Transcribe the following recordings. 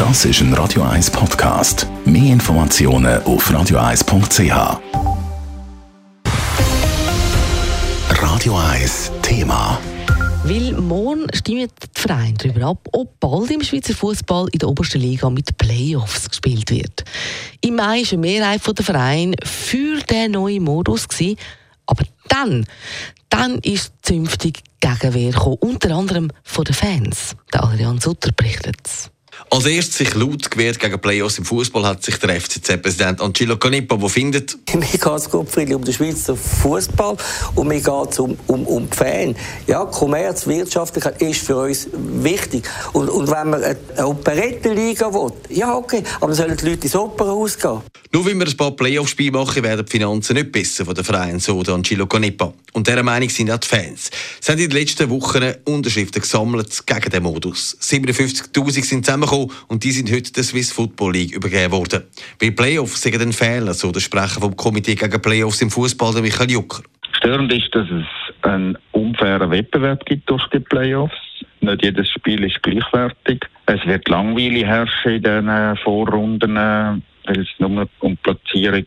Das ist ein Radio 1 Podcast. Mehr Informationen auf radio1.ch. Radio 1 Thema. Weil morgen stimmen die Vereine darüber ab, ob bald im Schweizer Fußball in der obersten Liga mit Playoffs gespielt wird. Im Mai war eine Mehrheit der Vereine für den neuen Modus, aber dann ist zünftig Gegenwehr gekommen, unter anderem von den Fans. Der Adrian Sutter berichtet es. Als erstes sich laut gewehrt gegen Playoffs im Fußball hat sich der FCZ-Präsident Angelo Canepa, der findet: Mir geht es Friedli, um den Schweizer Fußball und mir geht es um die Fans. Ja, Kommerz, Wirtschaftlichkeit ist für uns wichtig. Und wenn man eine Operettenliga will, ja okay, aber dann sollen die Leute ins Opernhaus gehen. Nur wenn wir ein paar Playoff-Spiele machen, werden die Finanzen nicht besser von den Vereinen, so der Angelo Canepa. Und dieser Meinung sind auch die Fans. Sie haben in den letzten Wochen Unterschriften gesammelt gegen den Modus. 57'000 sind zusammengekommen und die sind heute der Swiss Football League übergeben worden. Weil Playoffs sind ein Fehler, so der Sprecher vom Komitee gegen Playoffs im Fußball, der Michael Jucker. Störend ist, dass es einen unfairen Wettbewerb gibt durch die Playoffs. Nicht jedes Spiel ist gleichwertig. Es wird Langweile herrschen in den Vorrunden, weil es nur um Platzierung,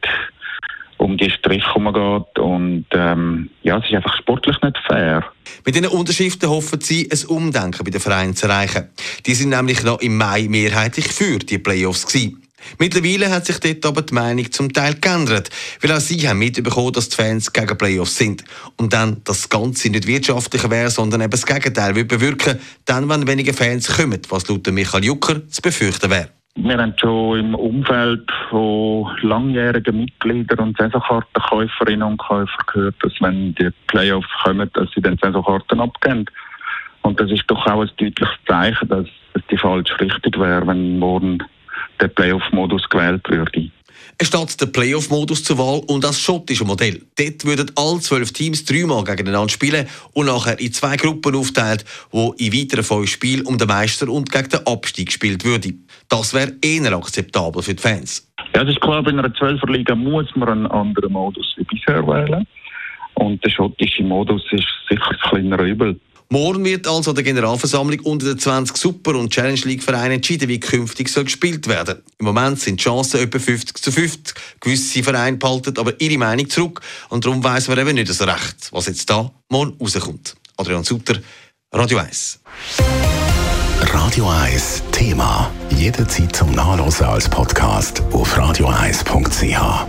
um die Striche geht. Und es ist einfach sportlich nicht fair. Mit diesen Unterschriften hoffen sie, ein Umdenken bei den Vereinen zu erreichen. Die sind nämlich noch im Mai mehrheitlich für die Playoffs gewesen. Mittlerweile hat sich dort aber die Meinung zum Teil geändert, weil auch sie haben mitbekommen, dass die Fans gegen Playoffs sind. Und dann, dass das Ganze nicht wirtschaftlicher wäre, sondern eben das Gegenteil würde bewirken, dann, wenn weniger Fans kommen, was laut Michael Jucker zu befürchten wäre. Wir haben schon im Umfeld von langjährigen Mitgliedern und Saisonkartenkäuferinnen und Käufern gehört, dass wenn die Playoffs kommen, dass sie dann Saisonkarten abgeben. Und das ist doch auch ein deutliches Zeichen, dass es die falsche Richtung wäre, wenn morgen der Playoff-Modus gewählt würde. Es steht der Playoff-Modus zur Wahl und das schottische Modell. Dort würden alle 12 Teams 3-mal gegeneinander spielen und nachher in 2 Gruppen aufteilt, wo in weiteren 5 Spielen um den Meister und gegen den Abstieg gespielt würde. Das wäre eher akzeptabel für die Fans. Ja, es ist klar, bei einer 12er-Liga muss man einen anderen Modus wie bisher wählen. Und der schottische Modus ist sicher das kleinere Übel. Morgen wird also der Generalversammlung unter den 20 Super- und Challenge-League-Vereinen entschieden, wie künftig soll gespielt werden. Im Moment sind die Chancen etwa 50-50. Gewisse Vereine behalten aber ihre Meinung zurück und darum weiss man eben nicht so recht, was jetzt da morgen rauskommt. Adrian Sutter, Radio 1. Radio 1 Thema. Jederzeit zum Nachlesen als Podcast auf radio1.ch.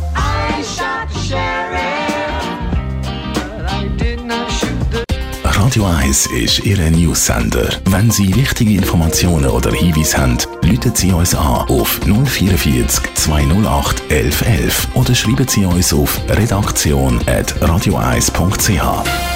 Radio 1 ist Ihr News-Sender. Wenn Sie wichtige Informationen oder Hinweise haben, rufen Sie uns an auf 044 208 1111 oder schreiben Sie uns auf redaktion@radio1.ch.